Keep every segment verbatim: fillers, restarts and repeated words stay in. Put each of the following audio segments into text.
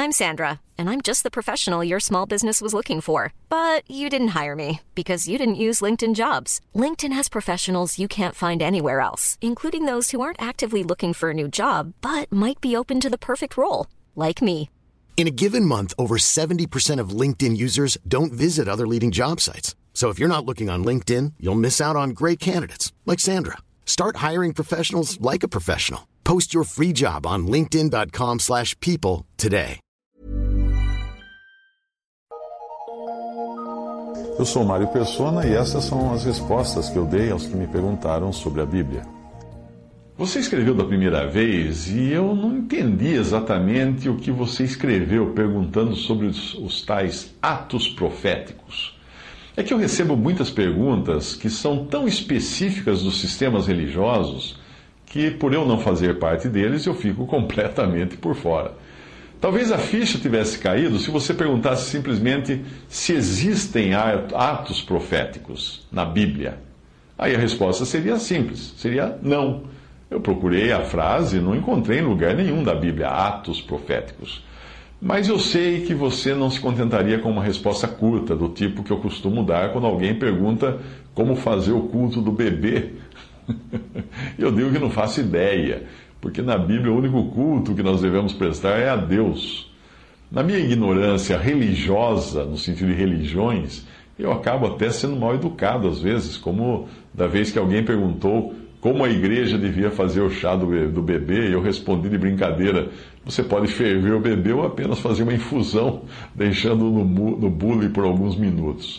I'm Sandra, and I'm just the professional your small business was looking for. But you didn't hire me because you didn't use LinkedIn Jobs. LinkedIn has professionals you can't find anywhere else, including those who aren't actively looking for a new job, but might be open to the perfect role, like me. In a given month, over seventy percent of LinkedIn users don't visit other leading job sites. So if you're not looking on LinkedIn, you'll miss out on great candidates like Sandra. Start hiring professionals like a professional. Post your free job on linkedin dot com slash people today. Eu sou Mário Persona e essas são as respostas que eu dei aos que me perguntaram sobre a Bíblia. Você escreveu da primeira vez e eu não entendi exatamente o que você escreveu perguntando sobre os, os tais atos proféticos. É que eu recebo muitas perguntas que são tão específicas dos sistemas religiosos que, por eu não fazer parte deles, eu fico completamente por fora. Talvez a ficha tivesse caído se você perguntasse simplesmente se existem atos proféticos na Bíblia. Aí a resposta seria simples, seria não. Eu procurei a frase e não encontrei em lugar nenhum da Bíblia atos proféticos. Mas eu sei que você não se contentaria com uma resposta curta, do tipo que eu costumo dar quando alguém pergunta como fazer o culto do bebê. Eu digo que não faço ideia, porque na Bíblia o único culto que nós devemos prestar é a Deus. Na minha ignorância religiosa, no sentido de religiões, eu acabo até sendo mal educado às vezes, como da vez que alguém perguntou como a igreja devia fazer o chá do bebê, e eu respondi de brincadeira: você pode ferver o bebê ou apenas fazer uma infusão, deixando-o no, no bule por alguns minutos.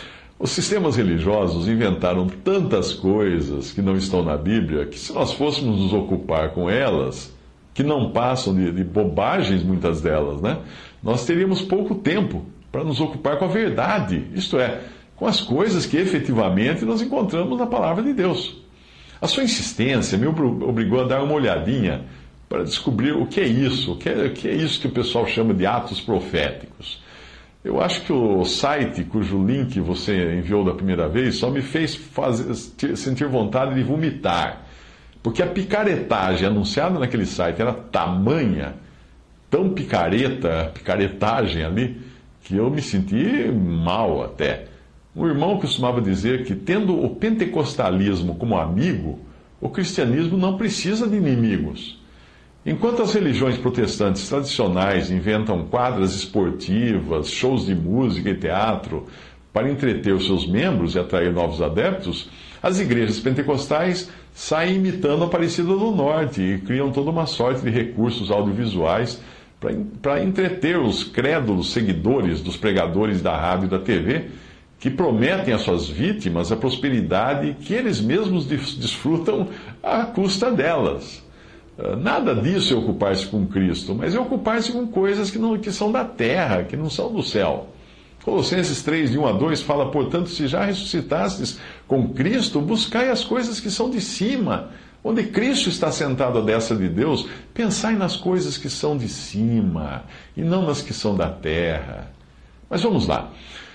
Os sistemas religiosos inventaram tantas coisas que não estão na Bíblia, que se nós fôssemos nos ocupar com elas, que não passam de, de bobagens muitas delas, né? Nós teríamos pouco tempo para nos ocupar com a verdade, isto é, com as coisas que efetivamente nós encontramos na Palavra de Deus. A sua insistência me obrigou a dar uma olhadinha para descobrir o que é isso, o que é, o que é isso que o pessoal chama de atos proféticos. Eu acho que o site cujo link você enviou da primeira vez só me fez fazer, sentir vontade de vomitar, porque a picaretagem anunciada naquele site era tamanha, tão picareta, picaretagem ali, que eu me senti mal até. Um irmão costumava dizer que, tendo o pentecostalismo como amigo, o cristianismo não precisa de inimigos. Enquanto as religiões protestantes tradicionais inventam quadras esportivas, shows de música e teatro para entreter os seus membros e atrair novos adeptos, as igrejas pentecostais saem imitando a Aparecida do Norte e criam toda uma sorte de recursos audiovisuais para entreter os crédulos seguidores dos pregadores da rádio e da T V, que prometem às suas vítimas a prosperidade que eles mesmos desfrutam à custa delas. Nada disso é ocupar-se com Cristo, mas é ocupar-se com coisas que, não, que são da terra, que não são do céu. Colossenses três, de um a dois, fala: portanto, se já ressuscitastes com Cristo, buscai as coisas que são de cima, onde Cristo está sentado à destra de Deus. Pensai nas coisas que são de cima, e não nas que são da terra. Mas vamos lá.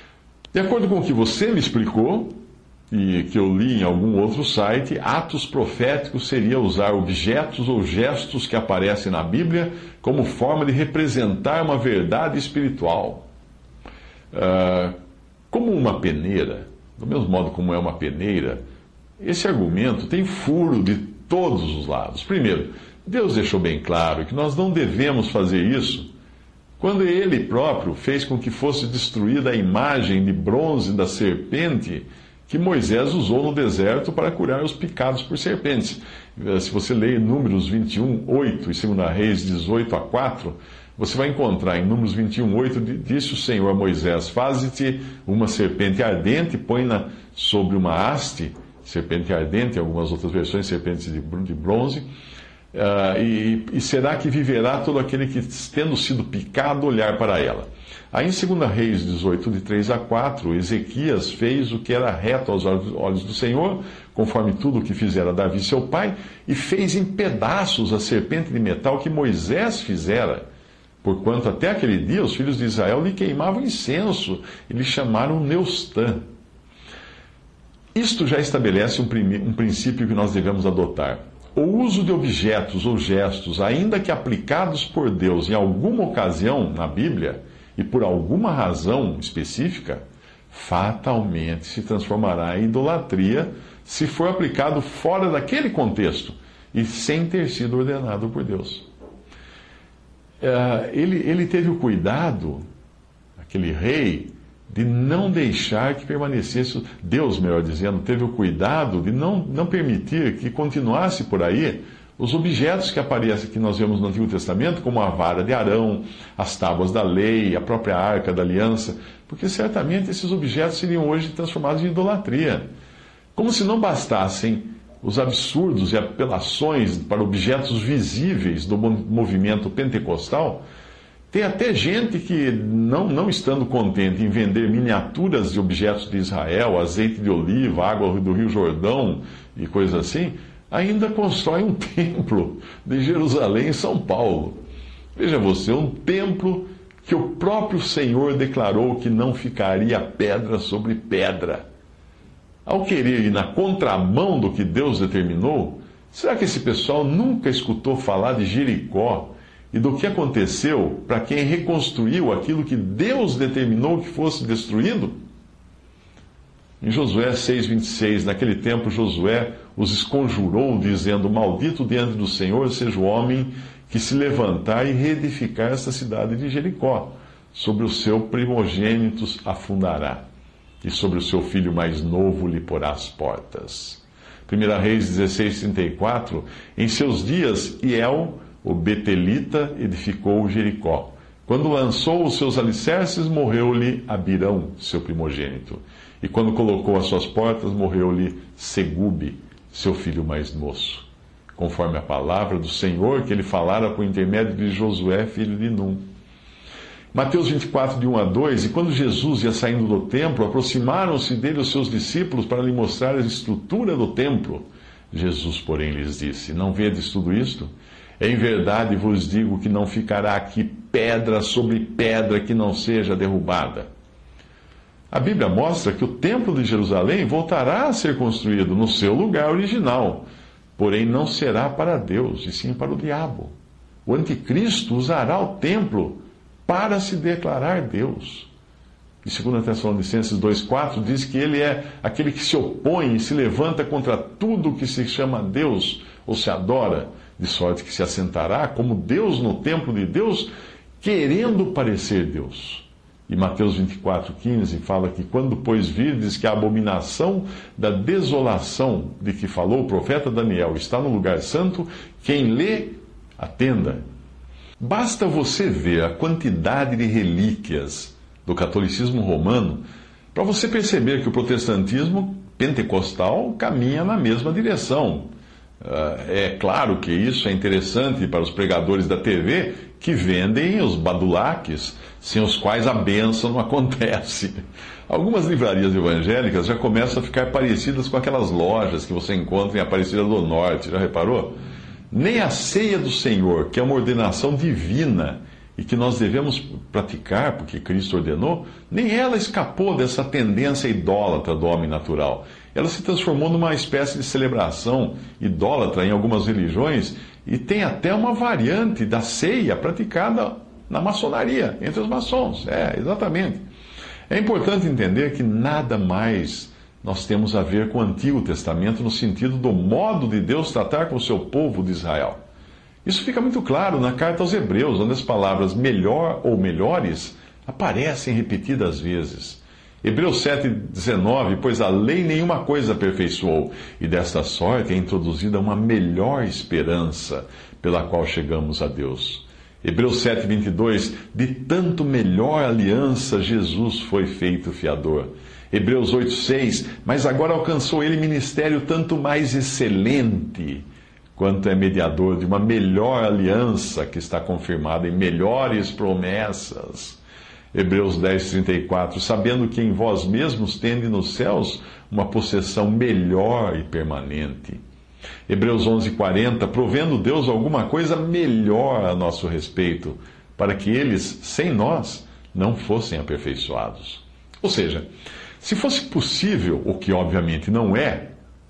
De acordo com o que você me explicou, e que eu li em algum outro site, atos proféticos seria usar objetos ou gestos que aparecem na Bíblia como forma de representar uma verdade espiritual. Uh, como uma peneira, do mesmo modo como é uma peneira, esse argumento tem furo de todos os lados. Primeiro, Deus deixou bem claro que nós não devemos fazer isso quando Ele próprio fez com que fosse destruída a imagem de bronze da serpente que Moisés usou no deserto para curar os picados por serpentes. Se você ler Números vinte e um, oito e dois Reis dezoito a quatro, você vai encontrar em Números vinte e um, oito, disse o Senhor a Moisés: faze-te uma serpente ardente, põe-na sobre uma haste, serpente ardente, em algumas outras versões, serpentes de bronze, uh, e, e será que viverá todo aquele que, tendo sido picado, olhar para ela. Aí em dois Reis dezoito, de três a quatro, Ezequias fez o que era reto aos olhos do Senhor, conforme tudo o que fizera Davi seu pai, e fez em pedaços a serpente de metal que Moisés fizera, porquanto até aquele dia os filhos de Israel lhe queimavam incenso e lhe chamaram Neustã. Isto já estabelece um, um princípio que nós devemos adotar. O uso de objetos ou gestos, ainda que aplicados por Deus em alguma ocasião na Bíblia e por alguma razão específica, fatalmente se transformará em idolatria se for aplicado fora daquele contexto e sem ter sido ordenado por Deus. Ele, ele teve o cuidado, aquele rei, de não deixar que permanecesse, Deus, melhor dizendo, teve o cuidado de não, não permitir que continuasse por aí os objetos que aparecem, que nós vemos no Antigo Testamento, como a vara de Arão, as tábuas da lei, a própria arca da aliança, porque certamente esses objetos seriam hoje transformados em idolatria. Como se não bastassem os absurdos e apelações para objetos visíveis do movimento pentecostal, tem até gente que, não, não estando contente em vender miniaturas de objetos de Israel, azeite de oliva, água do Rio Jordão e coisas assim, ainda constrói um templo de Jerusalém em São Paulo. Veja você, um templo que o próprio Senhor declarou que não ficaria pedra sobre pedra. Ao querer ir na contramão do que Deus determinou, será que esse pessoal nunca escutou falar de Jericó e do que aconteceu para quem reconstruiu aquilo que Deus determinou que fosse destruído? Em Josué seis, vinte e seis, naquele tempo Josué os esconjurou, dizendo: maldito diante do Senhor seja o homem que se levantar e reedificar esta cidade de Jericó. Sobre o seu primogênito afundará, e sobre o seu filho mais novo lhe porá as portas. primeira Reis dezesseis, trinta e quatro, em seus dias Hiel, o betelita, edificou Jericó. Quando lançou os seus alicerces, morreu-lhe Abirão, seu primogênito. E quando colocou as suas portas, morreu-lhe Segube, seu filho mais moço, conforme a palavra do Senhor que ele falara por intermédio de Josué, filho de Num. Mateus vinte e quatro, de um a dois, e quando Jesus ia saindo do templo, aproximaram-se dele os seus discípulos para lhe mostrar a estrutura do templo. Jesus, porém, lhes disse: não vedes tudo isto? Em verdade vos digo que não ficará aqui pedra sobre pedra que não seja derrubada. A Bíblia mostra que o templo de Jerusalém voltará a ser construído no seu lugar original, porém não será para Deus, e sim para o diabo. O anticristo usará o templo para se declarar Deus. E segunda Tessalonicenses dois, quatro diz que ele é aquele que se opõe e se levanta contra tudo que se chama Deus ou se adora, de sorte que se assentará como Deus no templo de Deus, querendo parecer Deus. E Mateus vinte e quatro, quinze fala que quando, pois, virdes que a abominação da desolação de que falou o profeta Daniel está no lugar santo, quem lê, atenda. Basta você ver a quantidade de relíquias do catolicismo romano para você perceber que o protestantismo pentecostal caminha na mesma direção. É claro que isso é interessante para os pregadores da T V que vendem os badulaques, sem os quais a bênção não acontece. Algumas livrarias evangélicas já começam a ficar parecidas com aquelas lojas que você encontra em Aparecida do Norte, já reparou? Nem a ceia do Senhor, que é uma ordenação divina e que nós devemos praticar, porque Cristo ordenou, nem ela escapou dessa tendência idólatra do homem natural. Ela se transformou numa espécie de celebração idólatra em algumas religiões e tem até uma variante da ceia praticada na maçonaria, entre os maçons. É, exatamente. É importante entender que nada mais nós temos a ver com o Antigo Testamento no sentido do modo de Deus tratar com o seu povo de Israel. Isso fica muito claro na carta aos Hebreus, onde as palavras melhor ou melhores aparecem repetidas vezes. Hebreus sete, dezenove, pois a lei nenhuma coisa aperfeiçoou, e desta sorte é introduzida uma melhor esperança, pela qual chegamos a Deus. Hebreus sete, vinte e dois, de tanto melhor aliança Jesus foi feito fiador. Hebreus oito, seis, mas agora alcançou ele ministério tanto mais excelente, quanto é mediador de uma melhor aliança que está confirmada em melhores promessas. Hebreus dez, trinta e quatro, sabendo que em vós mesmos tende nos céus uma possessão melhor e permanente. Hebreus onze, quarenta, provendo Deus alguma coisa melhor a nosso respeito, para que eles, sem nós, não fossem aperfeiçoados. Ou seja, se fosse possível, o que obviamente não é,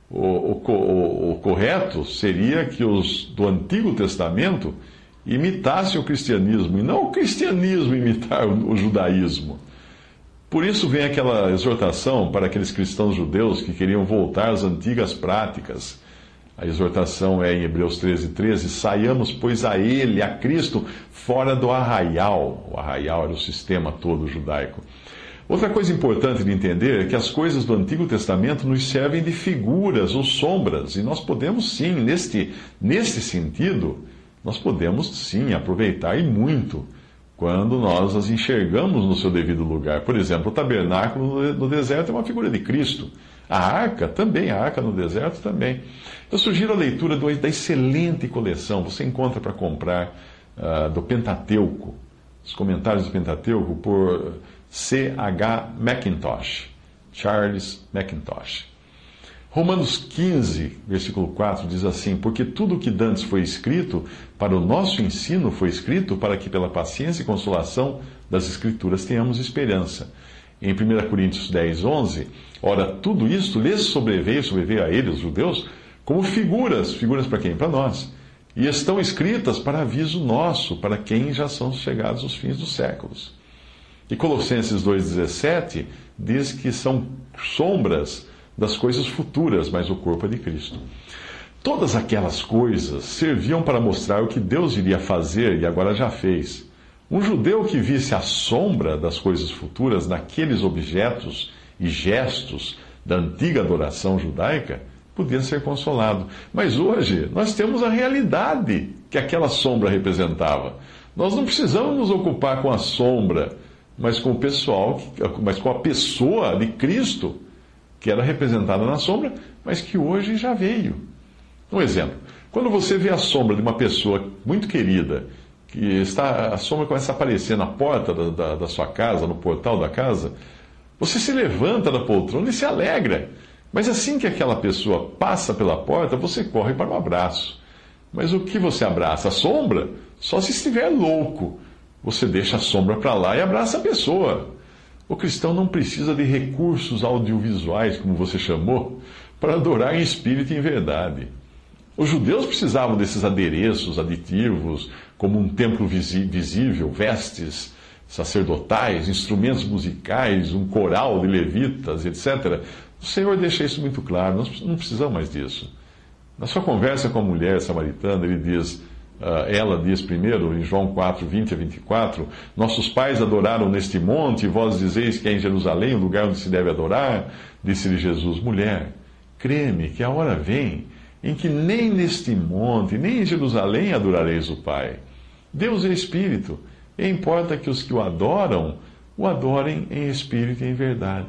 O, o, o, o correto seria que os do Antigo Testamento imitassem o cristianismo, e não o cristianismo imitar o, o judaísmo. Por isso vem aquela exortação para aqueles cristãos judeus que queriam voltar às antigas práticas. A exortação é em Hebreus treze, treze, saiamos, pois, a ele, a Cristo, fora do arraial. O arraial era o sistema todo judaico. Outra coisa importante de entender é que as coisas do Antigo Testamento nos servem de figuras ou sombras, e nós podemos sim, neste, neste sentido, nós podemos sim aproveitar e muito quando nós as enxergamos no seu devido lugar. Por exemplo, o tabernáculo no deserto é uma figura de Cristo. A arca também, a arca no deserto também. Eu sugiro a leitura do, da excelente coleção, você encontra para comprar, uh, do Pentateuco, os comentários do Pentateuco, por C H Mackintosh, Charles Mackintosh. Romanos quinze, versículo quatro, diz assim: porque tudo o que dantes foi escrito, para o nosso ensino foi escrito, para que pela paciência e consolação das Escrituras tenhamos esperança. Em primeira Coríntios dez, onze, ora, tudo isto lhes sobreveio, sobreveio a eles, os judeus, como figuras, figuras para quem? Para nós. E estão escritas para aviso nosso, para quem já são chegados os fins dos séculos. E Colossenses dois, dezessete diz que são sombras das coisas futuras, mas o corpo é de Cristo. Todas aquelas coisas serviam para mostrar o que Deus iria fazer e agora já fez. Um judeu que visse a sombra das coisas futuras naqueles objetos e gestos da antiga adoração judaica podia ser consolado. Mas hoje nós temos a realidade que aquela sombra representava. Nós não precisamos nos ocupar com a sombra, mas com o pessoal, mas com a pessoa de Cristo, que era representada na sombra, mas que hoje já veio. Um exemplo: quando você vê a sombra de uma pessoa muito querida, que está, a sombra começa a aparecer na porta da, da, da sua casa, no portal da casa, você se levanta da poltrona e se alegra. Mas assim que aquela pessoa passa pela porta, você corre para um abraço. Mas o que você abraça? A sombra? Só se estiver louco. Você deixa a sombra para lá e abraça a pessoa. O cristão não precisa de recursos audiovisuais, como você chamou, para adorar em espírito e em verdade. Os judeus precisavam desses adereços aditivos, como um templo visível, vestes sacerdotais, instrumentos musicais, um coral de levitas, etcétera. O Senhor deixa isso muito claro, nós não precisamos mais disso. Na sua conversa com a mulher samaritana, ele diz, ela diz primeiro, em João quatro, vinte a vinte e quatro, nossos pais adoraram neste monte, e vós dizeis que é em Jerusalém o lugar onde se deve adorar. Disse-lhe Jesus, mulher, crê-me que a hora vem em que nem neste monte, nem em Jerusalém adorareis o Pai. Deus é Espírito, e importa que os que o adoram, o adorem em Espírito e em verdade.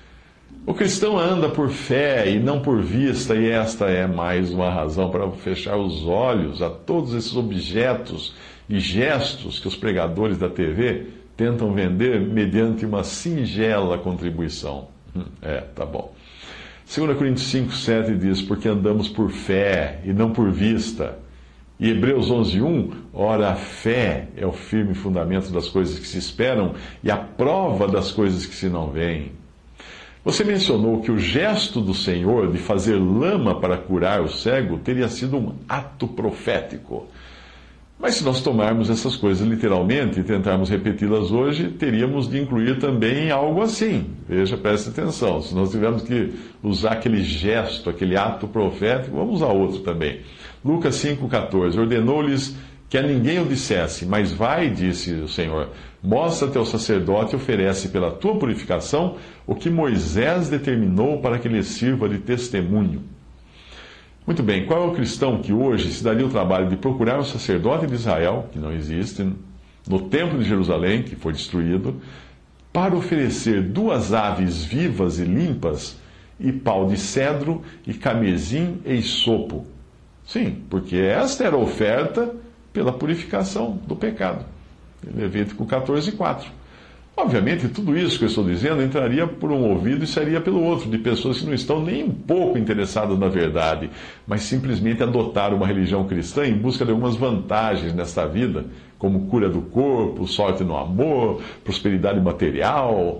O cristão anda por fé e não por vista, e esta é mais uma razão para fechar os olhos a todos esses objetos e gestos que os pregadores da T V tentam vender mediante uma singela contribuição. É, tá bom. segunda Coríntios cinco, sete diz, porque andamos por fé e não por vista. E Hebreus onze, um, ora, a fé é o firme fundamento das coisas que se esperam e a prova das coisas que se não veem. Você mencionou que o gesto do Senhor de fazer lama para curar o cego teria sido um ato profético. Mas se nós tomarmos essas coisas literalmente e tentarmos repeti-las hoje, teríamos de incluir também algo assim. Veja, preste atenção. Se nós tivermos que usar aquele gesto, aquele ato profético, vamos usar outro também. Lucas cinco, quatorze. Ordenou-lhes que a ninguém o dissesse, mas vai, disse o Senhor, mostra-te ao sacerdote e oferece pela tua purificação o que Moisés determinou para que lhe sirva de testemunho. Muito bem, qual é o cristão que hoje se daria o trabalho de procurar um sacerdote de Israel, que não existe, no templo de Jerusalém, que foi destruído, para oferecer duas aves vivas e limpas, e pau de cedro, e camesim e isopo? Sim, porque esta era a oferta pela purificação do pecado. Levítico quatorze, quatro. Obviamente, tudo isso que eu estou dizendo entraria por um ouvido e sairia pelo outro, de pessoas que não estão nem um pouco interessadas na verdade, mas simplesmente adotaram uma religião cristã em busca de algumas vantagens nesta vida, como cura do corpo, sorte no amor, prosperidade material.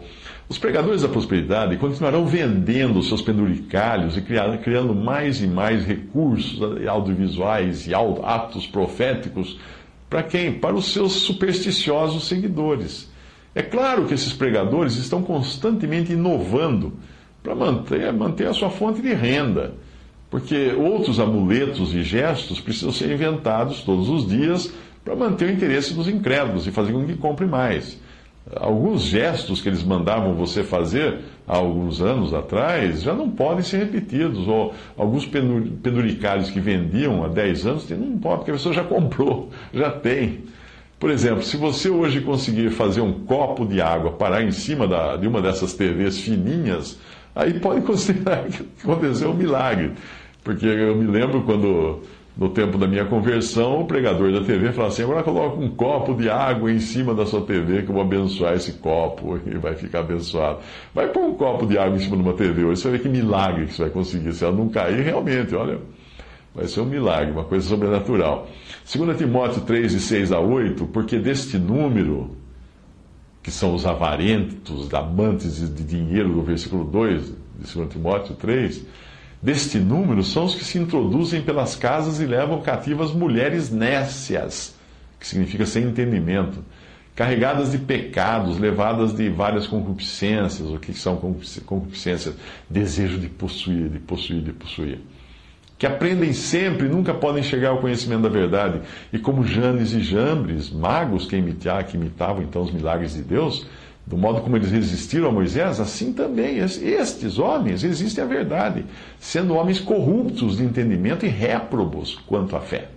Os pregadores da prosperidade continuarão vendendo seus penduricalhos e criando, criando mais e mais recursos audiovisuais e atos proféticos para quem? Para os seus supersticiosos seguidores. É claro que esses pregadores estão constantemente inovando para manter, manter a sua fonte de renda, porque outros amuletos e gestos precisam ser inventados todos os dias para manter o interesse dos incrédulos e fazer com que compre mais. Alguns gestos que eles mandavam você fazer há alguns anos atrás já não podem ser repetidos, ou alguns penduricários que vendiam há dez anos não pode, porque a pessoa já comprou, já tem. Por exemplo, se você hoje conseguir fazer um copo de água parar em cima da, de uma dessas T Vs fininhas, aí pode considerar que aconteceu um milagre. Porque eu me lembro quando, no tempo da minha conversão, o pregador da T V falava assim: agora coloca um copo de água em cima da sua T V que eu vou abençoar esse copo e vai ficar abençoado. Vai pôr um copo de água em cima de uma T V hoje, você vai ver que milagre que você vai conseguir. Se ela não cair, realmente, olha, vai ser um milagre, uma coisa sobrenatural. Segundo Timóteo três, de seis a oito, porque deste número, que são os avarentos, amantes de dinheiro, do versículo dois de segundo Timóteo três, deste número são os que se introduzem pelas casas e levam cativas mulheres nécias, que significa sem entendimento, carregadas de pecados, levadas de várias concupiscências. O que são concupiscências? Desejo de possuir, de possuir, de possuir. Que aprendem sempre e nunca podem chegar ao conhecimento da verdade. E como Janes e Jambres, magos que imitavam, que imitavam então os milagres de Deus, do modo como eles resistiram a Moisés, assim também estes homens resistem à verdade, sendo homens corruptos de entendimento e réprobos quanto à fé.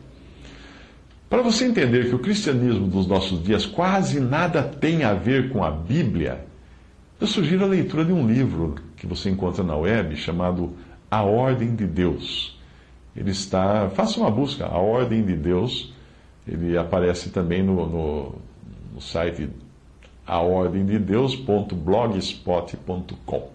Para você entender que o cristianismo dos nossos dias quase nada tem a ver com a Bíblia, eu sugiro a leitura de um livro que você encontra na web chamado A Ordem de Deus. Ele está, faça uma busca, A Ordem de Deus. Ele aparece também no, no, no site a ordem de deus ponto blogspot ponto com.